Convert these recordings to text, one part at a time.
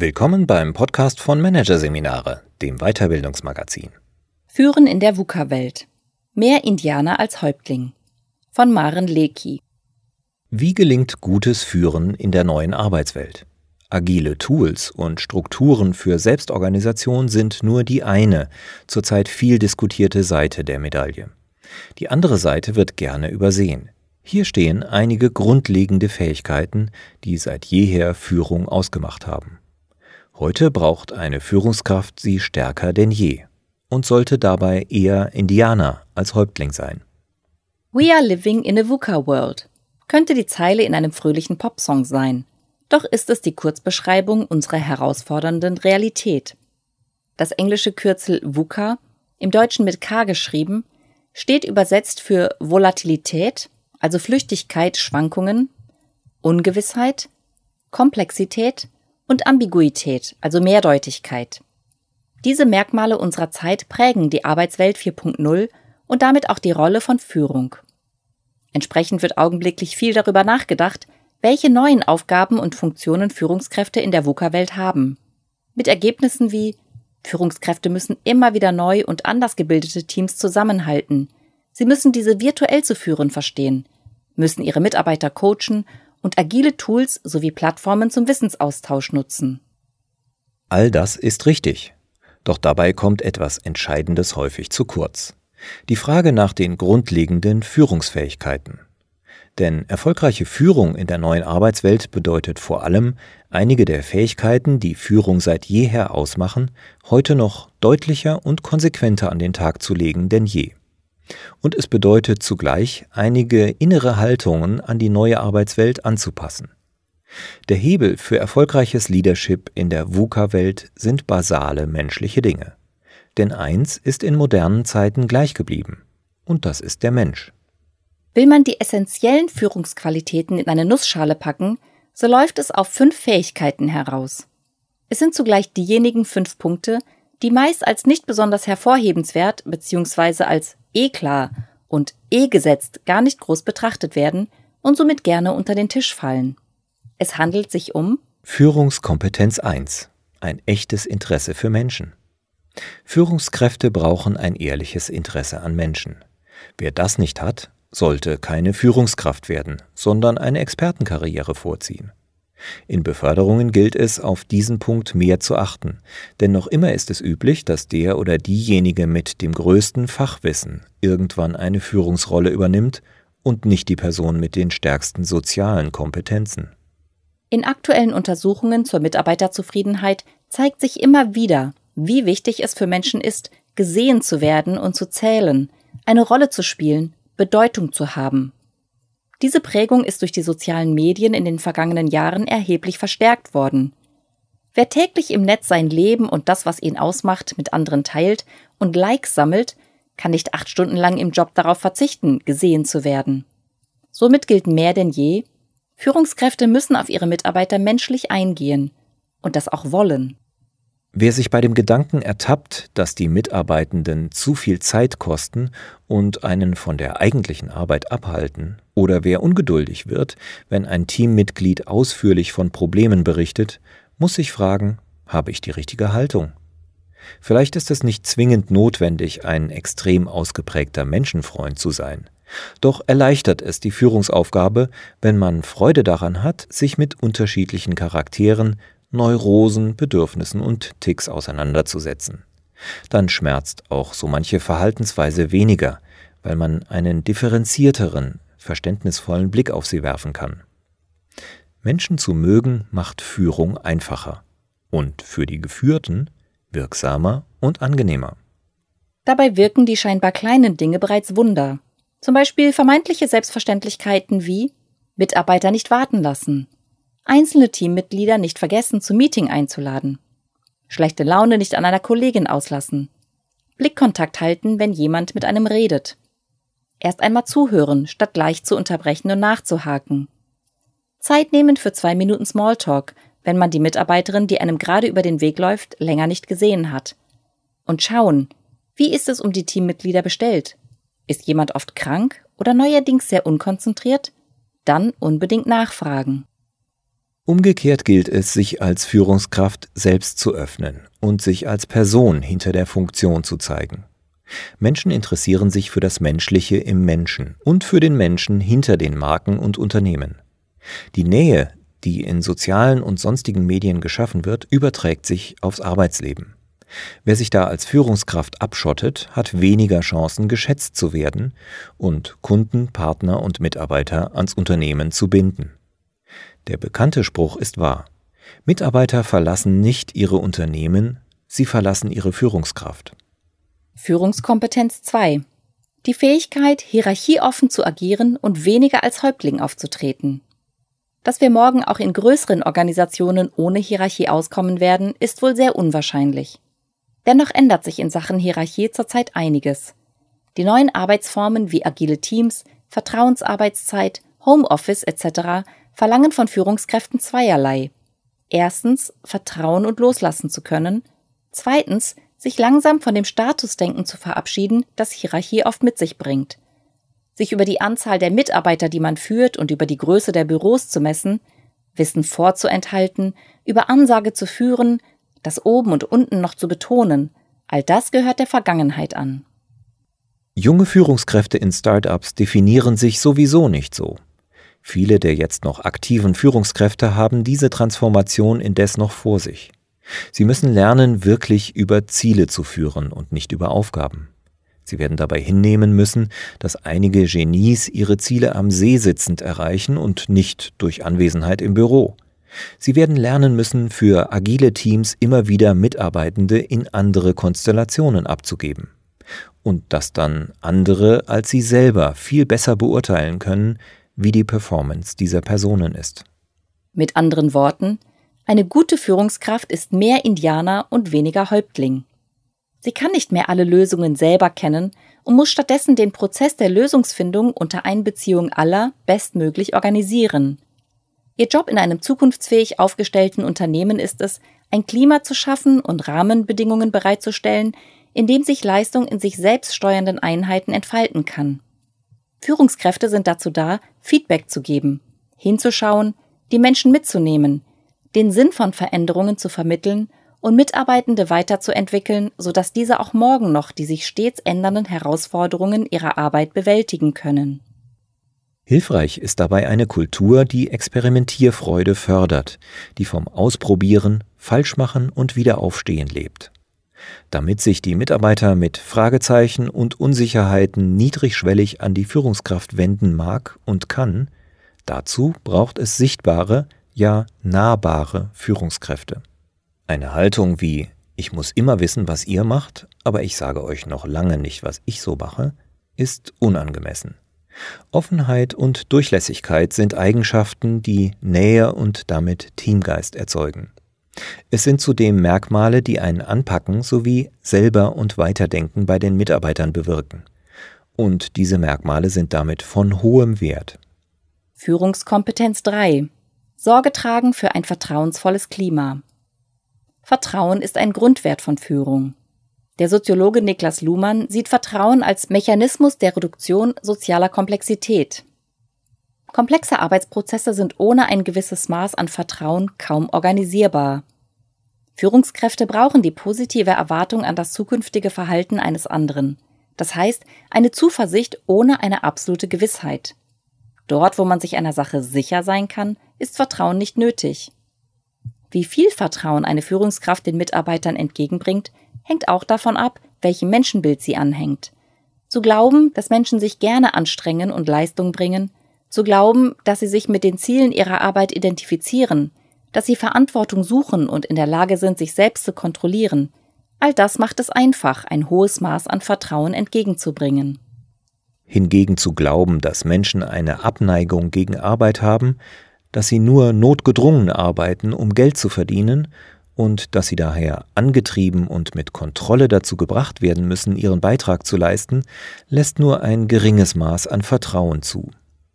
Willkommen beim Podcast von Managerseminare, dem Weiterbildungsmagazin. Führen in der VUCA-Welt. Mehr Indianer als Häuptling. Von Maren Leckie. Wie gelingt gutes Führen in der neuen Arbeitswelt? Agile Tools und Strukturen für Selbstorganisation sind nur die eine, zurzeit viel diskutierte Seite der Medaille. Die andere Seite wird gerne übersehen. Hier stehen einige grundlegende Fähigkeiten, die seit jeher Führung ausgemacht haben. Heute braucht eine Führungskraft sie stärker denn je und sollte dabei eher Indianer als Häuptling sein. We are living in a VUCA world könnte die Zeile in einem fröhlichen Popsong sein. Doch ist es die Kurzbeschreibung unserer herausfordernden Realität. Das englische Kürzel VUCA, im Deutschen mit K geschrieben, steht übersetzt für Volatilität, also Flüchtigkeit, Schwankungen, Ungewissheit, Komplexität und Ambiguität, also Mehrdeutigkeit. Diese Merkmale unserer Zeit prägen die Arbeitswelt 4.0 und damit auch die Rolle von Führung. Entsprechend wird augenblicklich viel darüber nachgedacht, welche neuen Aufgaben und Funktionen Führungskräfte in der VUCA-Welt haben. Mit Ergebnissen wie: Führungskräfte müssen immer wieder neu und anders gebildete Teams zusammenhalten. Sie müssen diese virtuell zu führen verstehen, müssen ihre Mitarbeiter coachen und agile Tools sowie Plattformen zum Wissensaustausch nutzen. All das ist richtig. Doch dabei kommt etwas Entscheidendes häufig zu kurz. Die Frage nach den grundlegenden Führungsfähigkeiten. Denn erfolgreiche Führung in der neuen Arbeitswelt bedeutet vor allem, einige der Fähigkeiten, die Führung seit jeher ausmachen, heute noch deutlicher und konsequenter an den Tag zu legen denn je. Und es bedeutet zugleich, einige innere Haltungen an die neue Arbeitswelt anzupassen. Der Hebel für erfolgreiches Leadership in der VUCA-Welt sind basale menschliche Dinge. Denn eins ist in modernen Zeiten gleich geblieben, und das ist der Mensch. Will man die essentiellen Führungsqualitäten in eine Nussschale packen, so läuft es auf 5 Fähigkeiten heraus. Es sind zugleich diejenigen 5 Punkte, die meist als nicht besonders hervorhebenswert bzw. als klar und gesetzt gar nicht groß betrachtet werden und somit gerne unter den Tisch fallen. Es handelt sich um Führungskompetenz 1. Ein echtes Interesse für Menschen. Führungskräfte brauchen ein ehrliches Interesse an Menschen. Wer das nicht hat, sollte keine Führungskraft werden, sondern eine Expertenkarriere vorziehen. In Beförderungen gilt es, auf diesen Punkt mehr zu achten, denn noch immer ist es üblich, dass der oder diejenige mit dem größten Fachwissen irgendwann eine Führungsrolle übernimmt und nicht die Person mit den stärksten sozialen Kompetenzen. In aktuellen Untersuchungen zur Mitarbeiterzufriedenheit zeigt sich immer wieder, wie wichtig es für Menschen ist, gesehen zu werden und zu zählen, eine Rolle zu spielen, Bedeutung zu haben. Diese Prägung ist durch die sozialen Medien in den vergangenen Jahren erheblich verstärkt worden. Wer täglich im Netz sein Leben und das, was ihn ausmacht, mit anderen teilt und Likes sammelt, kann nicht 8 Stunden lang im Job darauf verzichten, gesehen zu werden. Somit gilt mehr denn je: Führungskräfte müssen auf ihre Mitarbeiter menschlich eingehen und das auch wollen. Wer sich bei dem Gedanken ertappt, dass die Mitarbeitenden zu viel Zeit kosten und einen von der eigentlichen Arbeit abhalten, oder wer ungeduldig wird, wenn ein Teammitglied ausführlich von Problemen berichtet, muss sich fragen: Habe ich die richtige Haltung? Vielleicht ist es nicht zwingend notwendig, ein extrem ausgeprägter Menschenfreund zu sein. Doch erleichtert es die Führungsaufgabe, wenn man Freude daran hat, sich mit unterschiedlichen Charakteren, Neurosen, Bedürfnissen und Ticks auseinanderzusetzen. Dann schmerzt auch so manche Verhaltensweise weniger, weil man einen differenzierteren, verständnisvollen Blick auf sie werfen kann. Menschen zu mögen macht Führung einfacher und für die Geführten wirksamer und angenehmer. Dabei wirken die scheinbar kleinen Dinge bereits Wunder. Zum Beispiel vermeintliche Selbstverständlichkeiten wie Mitarbeiter nicht warten lassen, einzelne Teammitglieder nicht vergessen, zum Meeting einzuladen, schlechte Laune nicht an einer Kollegin auslassen, Blickkontakt halten, wenn jemand mit einem redet, erst einmal zuhören, statt gleich zu unterbrechen und nachzuhaken, Zeit nehmen für 2 Minuten Smalltalk, wenn man die Mitarbeiterin, die einem gerade über den Weg läuft, länger nicht gesehen hat, und schauen, wie ist es um die Teammitglieder bestellt? Ist jemand oft krank oder neuerdings sehr unkonzentriert? Dann unbedingt nachfragen. Umgekehrt gilt es, sich als Führungskraft selbst zu öffnen und sich als Person hinter der Funktion zu zeigen. Menschen interessieren sich für das Menschliche im Menschen und für den Menschen hinter den Marken und Unternehmen. Die Nähe, die in sozialen und sonstigen Medien geschaffen wird, überträgt sich aufs Arbeitsleben. Wer sich da als Führungskraft abschottet, hat weniger Chancen, geschätzt zu werden und Kunden, Partner und Mitarbeiter ans Unternehmen zu binden. Der bekannte Spruch ist wahr: Mitarbeiter verlassen nicht ihre Unternehmen, sie verlassen ihre Führungskraft. Führungskompetenz 2. Die Fähigkeit, hierarchieoffen zu agieren und weniger als Häuptling aufzutreten. Dass wir morgen auch in größeren Organisationen ohne Hierarchie auskommen werden, ist wohl sehr unwahrscheinlich. Dennoch ändert sich in Sachen Hierarchie zurzeit einiges. Die neuen Arbeitsformen wie agile Teams, Vertrauensarbeitszeit, Homeoffice etc. verlangen von Führungskräften zweierlei. Erstens, vertrauen und loslassen zu können. Zweitens, sich langsam von dem Statusdenken zu verabschieden, das Hierarchie oft mit sich bringt. Sich über die Anzahl der Mitarbeiter, die man führt, und über die Größe der Büros zu messen, Wissen vorzuenthalten, über Ansage zu führen, das Oben und Unten noch zu betonen, all das gehört der Vergangenheit an. Junge Führungskräfte in Start-ups definieren sich sowieso nicht so. Viele der jetzt noch aktiven Führungskräfte haben diese Transformation indes noch vor sich. Sie müssen lernen, wirklich über Ziele zu führen und nicht über Aufgaben. Sie werden dabei hinnehmen müssen, dass einige Genies ihre Ziele am See sitzend erreichen und nicht durch Anwesenheit im Büro. Sie werden lernen müssen, für agile Teams immer wieder Mitarbeitende in andere Konstellationen abzugeben. Und dass dann andere als sie selber viel besser beurteilen können, wie die Performance dieser Personen ist. Mit anderen Worten, eine gute Führungskraft ist mehr Indianer und weniger Häuptling. Sie kann nicht mehr alle Lösungen selber kennen und muss stattdessen den Prozess der Lösungsfindung unter Einbeziehung aller bestmöglich organisieren. Ihr Job in einem zukunftsfähig aufgestellten Unternehmen ist es, ein Klima zu schaffen und Rahmenbedingungen bereitzustellen, in dem sich Leistung in sich selbst steuernden Einheiten entfalten kann. Führungskräfte sind dazu da, Feedback zu geben, hinzuschauen, die Menschen mitzunehmen, den Sinn von Veränderungen zu vermitteln und Mitarbeitende weiterzuentwickeln, sodass diese auch morgen noch die sich stets ändernden Herausforderungen ihrer Arbeit bewältigen können. Hilfreich ist dabei eine Kultur, die Experimentierfreude fördert, die vom Ausprobieren, Falschmachen und Wiederaufstehen lebt. Damit sich die Mitarbeiter mit Fragezeichen und Unsicherheiten niedrigschwellig an die Führungskraft wenden mag und kann, dazu braucht es sichtbare, ja nahbare Führungskräfte. Eine Haltung wie „Ich muss immer wissen, was ihr macht, aber ich sage euch noch lange nicht, was ich so mache“, ist unangemessen. Offenheit und Durchlässigkeit sind Eigenschaften, die Nähe und damit Teamgeist erzeugen. Es sind zudem Merkmale, die ein Anpacken sowie Selber- und Weiterdenken bei den Mitarbeitern bewirken. Und diese Merkmale sind damit von hohem Wert. Führungskompetenz 3. Sorge tragen für ein vertrauensvolles Klima. Vertrauen ist ein Grundwert von Führung. Der Soziologe Niklas Luhmann sieht Vertrauen als Mechanismus der Reduktion sozialer Komplexität. Komplexe Arbeitsprozesse sind ohne ein gewisses Maß an Vertrauen kaum organisierbar. Führungskräfte brauchen die positive Erwartung an das zukünftige Verhalten eines anderen. Das heißt, eine Zuversicht ohne eine absolute Gewissheit. Dort, wo man sich einer Sache sicher sein kann, ist Vertrauen nicht nötig. Wie viel Vertrauen eine Führungskraft den Mitarbeitern entgegenbringt, hängt auch davon ab, welchem Menschenbild sie anhängt. Zu glauben, dass Menschen sich gerne anstrengen und Leistung bringen, zu glauben, dass sie sich mit den Zielen ihrer Arbeit identifizieren, dass sie Verantwortung suchen und in der Lage sind, sich selbst zu kontrollieren, all das macht es einfach, ein hohes Maß an Vertrauen entgegenzubringen. Hingegen zu glauben, dass Menschen eine Abneigung gegen Arbeit haben, dass sie nur notgedrungen arbeiten, um Geld zu verdienen und dass sie daher angetrieben und mit Kontrolle dazu gebracht werden müssen, ihren Beitrag zu leisten, lässt nur ein geringes Maß an Vertrauen zu.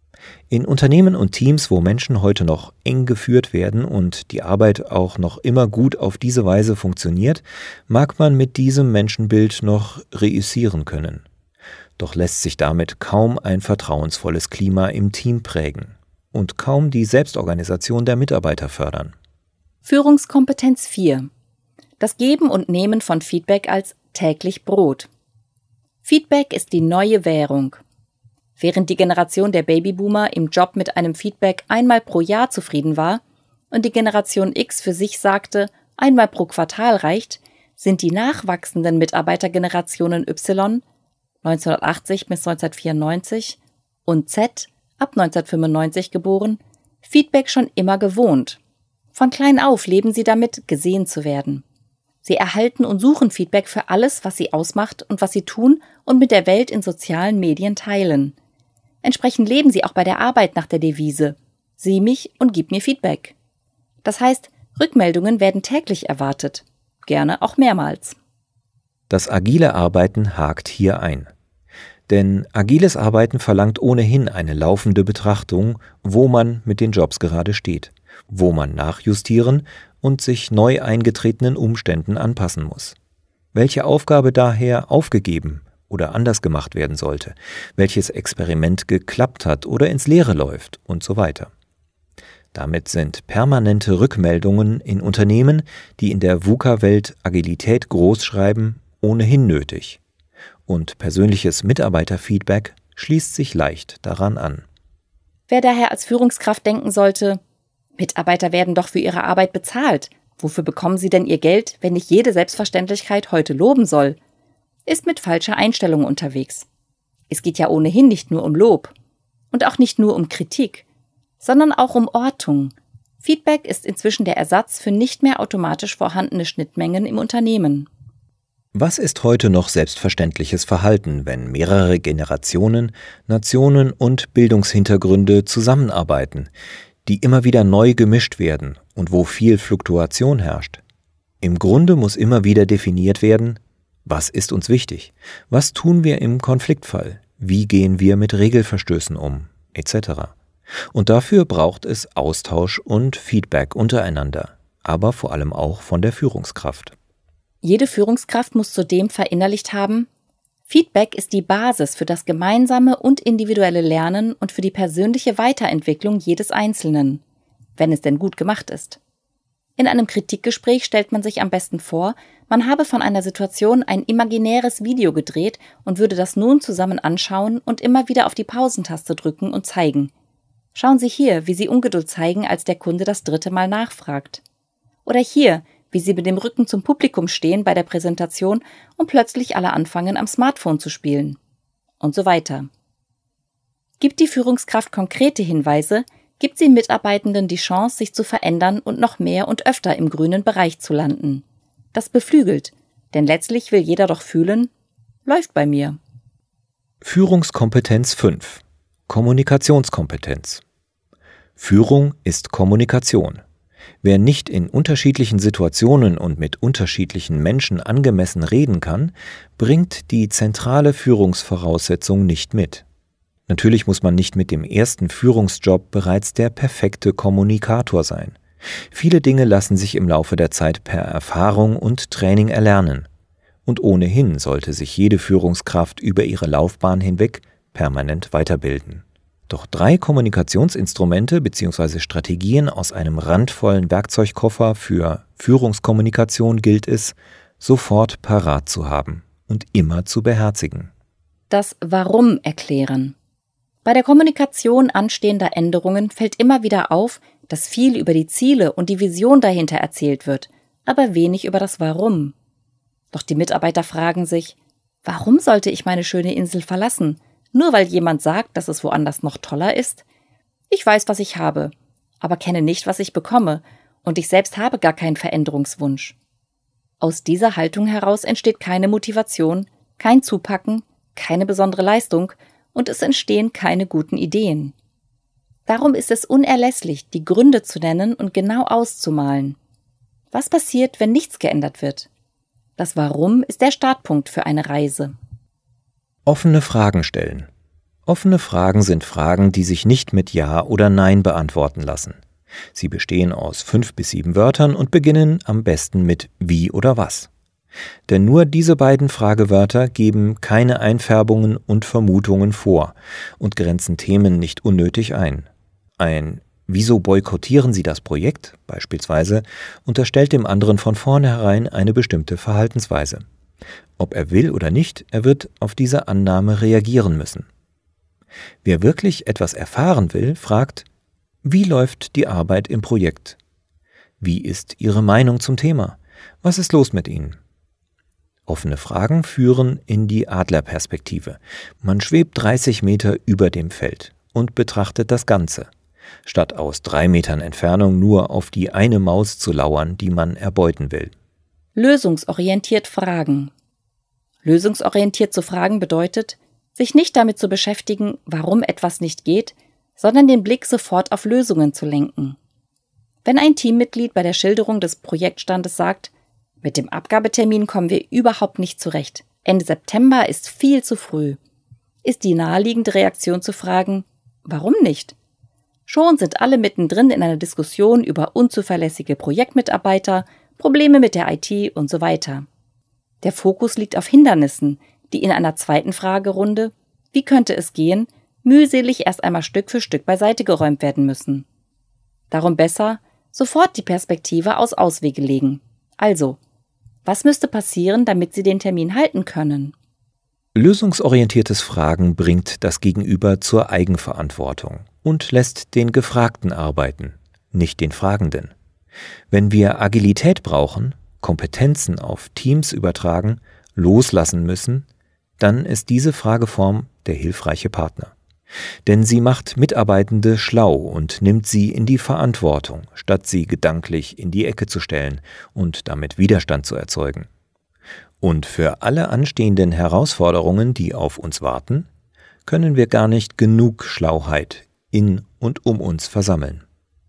In Unternehmen und Teams, wo Menschen heute noch eng geführt werden und die Arbeit auch noch immer gut auf diese Weise funktioniert, mag man mit diesem Menschenbild noch reüssieren können. Doch lässt sich damit kaum ein vertrauensvolles Klima im Team prägen. und kaum die Selbstorganisation der Mitarbeiter fördern. Führungskompetenz 4. Das Geben und Nehmen von Feedback als täglich Brot. Feedback ist die neue Währung. Während die Generation der Babyboomer im Job mit einem Feedback einmal pro Jahr zufrieden war und die Generation X für sich sagte, einmal pro Quartal reicht, sind die nachwachsenden Mitarbeitergenerationen Y 1980 bis 1994 und Z ab 1995 geboren, Feedback schon immer gewohnt. Von klein auf leben sie damit, gesehen zu werden. Sie erhalten und suchen Feedback für alles, was sie ausmacht und was sie tun und mit der Welt in sozialen Medien teilen. Entsprechend leben sie auch bei der Arbeit nach der Devise: Sieh mich und gib mir Feedback. Das heißt, Rückmeldungen werden täglich erwartet, gerne auch mehrmals. Das agile Arbeiten hakt hier ein. Denn agiles Arbeiten verlangt ohnehin eine laufende Betrachtung, wo man mit den Jobs gerade steht, wo man nachjustieren und sich neu eingetretenen Umständen anpassen muss. Welche Aufgabe daher aufgegeben oder anders gemacht werden sollte, welches Experiment geklappt hat oder ins Leere läuft und so weiter. Damit sind permanente Rückmeldungen in Unternehmen, die in der VUCA-Welt Agilität großschreiben, ohnehin nötig. Und persönliches Mitarbeiterfeedback schließt sich leicht daran an. Wer daher als Führungskraft denken sollte, Mitarbeiter werden doch für ihre Arbeit bezahlt, wofür bekommen sie denn ihr Geld, wenn ich jede Selbstverständlichkeit heute loben soll, ist mit falscher Einstellung unterwegs. Es geht ja ohnehin nicht nur um Lob und auch nicht nur um Kritik, sondern auch um Ortung. Feedback ist inzwischen der Ersatz für nicht mehr automatisch vorhandene Schnittmengen im Unternehmen. Was ist heute noch selbstverständliches Verhalten, wenn mehrere Generationen, Nationen und Bildungshintergründe zusammenarbeiten, die immer wieder neu gemischt werden und wo viel Fluktuation herrscht? Im Grunde muss immer wieder definiert werden: Was ist uns wichtig? Was tun wir im Konfliktfall? Wie gehen wir mit Regelverstößen um? Etc. Und dafür braucht es Austausch und Feedback untereinander, aber vor allem auch von der Führungskraft. Jede Führungskraft muss zudem verinnerlicht haben: Feedback ist die Basis für das gemeinsame und individuelle Lernen und für die persönliche Weiterentwicklung jedes Einzelnen, wenn es denn gut gemacht ist. In einem Kritikgespräch stellt man sich am besten vor, man habe von einer Situation ein imaginäres Video gedreht und würde das nun zusammen anschauen und immer wieder auf die Pausentaste drücken und zeigen. Schauen Sie hier, wie Sie Ungeduld zeigen, als der Kunde das 3. Mal nachfragt. Oder hier, wie Sie mit dem Rücken zum Publikum stehen bei der Präsentation und plötzlich alle anfangen, am Smartphone zu spielen. Und so weiter. Gibt die Führungskraft konkrete Hinweise, gibt sie Mitarbeitenden die Chance, sich zu verändern und noch mehr und öfter im grünen Bereich zu landen. Das beflügelt, denn letztlich will jeder doch fühlen: Läuft bei mir. Führungskompetenz 5. Kommunikationskompetenz. Führung ist Kommunikation. Wer nicht in unterschiedlichen Situationen und mit unterschiedlichen Menschen angemessen reden kann, bringt die zentrale Führungsvoraussetzung nicht mit. Natürlich muss man nicht mit dem ersten Führungsjob bereits der perfekte Kommunikator sein. Viele Dinge lassen sich im Laufe der Zeit per Erfahrung und Training erlernen. Und ohnehin sollte sich jede Führungskraft über ihre Laufbahn hinweg permanent weiterbilden. Doch 3 Kommunikationsinstrumente bzw. Strategien aus einem randvollen Werkzeugkoffer für Führungskommunikation gilt es, sofort parat zu haben und immer zu beherzigen. Das Warum erklären. Bei der Kommunikation anstehender Änderungen fällt immer wieder auf, dass viel über die Ziele und die Vision dahinter erzählt wird, aber wenig über das Warum. Doch die Mitarbeiter fragen sich: Warum sollte ich meine schöne Insel verlassen? Nur weil jemand sagt, dass es woanders noch toller ist? Ich weiß, was ich habe, aber kenne nicht, was ich bekomme, und ich selbst habe gar keinen Veränderungswunsch. Aus dieser Haltung heraus entsteht keine Motivation, kein Zupacken, keine besondere Leistung und es entstehen keine guten Ideen. Darum ist es unerlässlich, die Gründe zu nennen und genau auszumalen. Was passiert, wenn nichts geändert wird? Das Warum ist der Startpunkt für eine Reise. Offene Fragen stellen. Offene Fragen sind Fragen, die sich nicht mit Ja oder Nein beantworten lassen. Sie bestehen aus 5 bis 7 Wörtern und beginnen am besten mit Wie oder Was. Denn nur diese beiden Fragewörter geben keine Einfärbungen und Vermutungen vor und grenzen Themen nicht unnötig ein. Ein „Wieso boykottieren Sie das Projekt?“ beispielsweise unterstellt dem anderen von vornherein eine bestimmte Verhaltensweise. Ob er will oder nicht, er wird auf diese Annahme reagieren müssen. Wer wirklich etwas erfahren will, fragt: Wie läuft die Arbeit im Projekt? Wie ist Ihre Meinung zum Thema? Was ist los mit Ihnen? Offene Fragen führen in die Adlerperspektive. Man schwebt 30 Meter über dem Feld und betrachtet das Ganze, statt aus 3 Metern Entfernung nur auf die eine Maus zu lauern, die man erbeuten will. Lösungsorientiert fragen. Lösungsorientiert zu fragen bedeutet, sich nicht damit zu beschäftigen, warum etwas nicht geht, sondern den Blick sofort auf Lösungen zu lenken. Wenn ein Teammitglied bei der Schilderung des Projektstandes sagt, mit dem Abgabetermin kommen wir überhaupt nicht zurecht, Ende September ist viel zu früh, ist die naheliegende Reaktion zu fragen, warum nicht? Schon sind alle mittendrin in einer Diskussion über unzuverlässige Projektmitarbeiter, Probleme mit der IT und so weiter. Der Fokus liegt auf Hindernissen, die in einer zweiten Fragerunde, wie könnte es gehen, mühselig erst einmal Stück für Stück beiseite geräumt werden müssen. Darum besser sofort die Perspektive aus Auswege legen. Also, was müsste passieren, damit Sie den Termin halten können? Lösungsorientiertes Fragen bringt das Gegenüber zur Eigenverantwortung und lässt den Gefragten arbeiten, nicht den Fragenden. Wenn wir Agilität brauchen, Kompetenzen auf Teams übertragen, loslassen müssen, dann ist diese Frageform der hilfreiche Partner. Denn sie macht Mitarbeitende schlau und nimmt sie in die Verantwortung, statt sie gedanklich in die Ecke zu stellen und damit Widerstand zu erzeugen. Und für alle anstehenden Herausforderungen, die auf uns warten, können wir gar nicht genug Schlauheit in und um uns versammeln.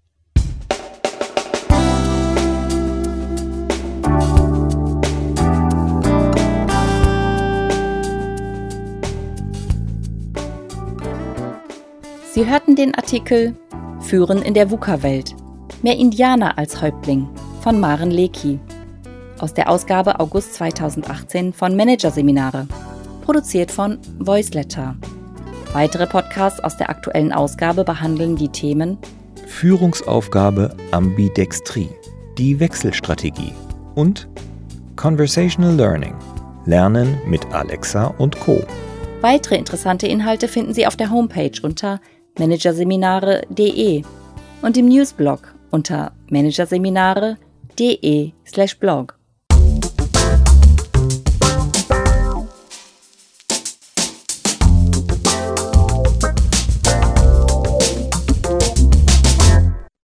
Sie hörten den Artikel Führen in der VUCA-Welt. Mehr Indianer als Häuptling von Maren Leckie aus der Ausgabe August 2018 von Managerseminare, produziert von Voiceletter. Weitere Podcasts aus der aktuellen Ausgabe behandeln die Themen Führungsaufgabe Ambidextrie, die Wechselstrategie und Conversational Learning, Lernen mit Alexa und Co. Weitere interessante Inhalte finden Sie auf der Homepage unter managerseminare.de und im Newsblog unter managerseminare.de/blog.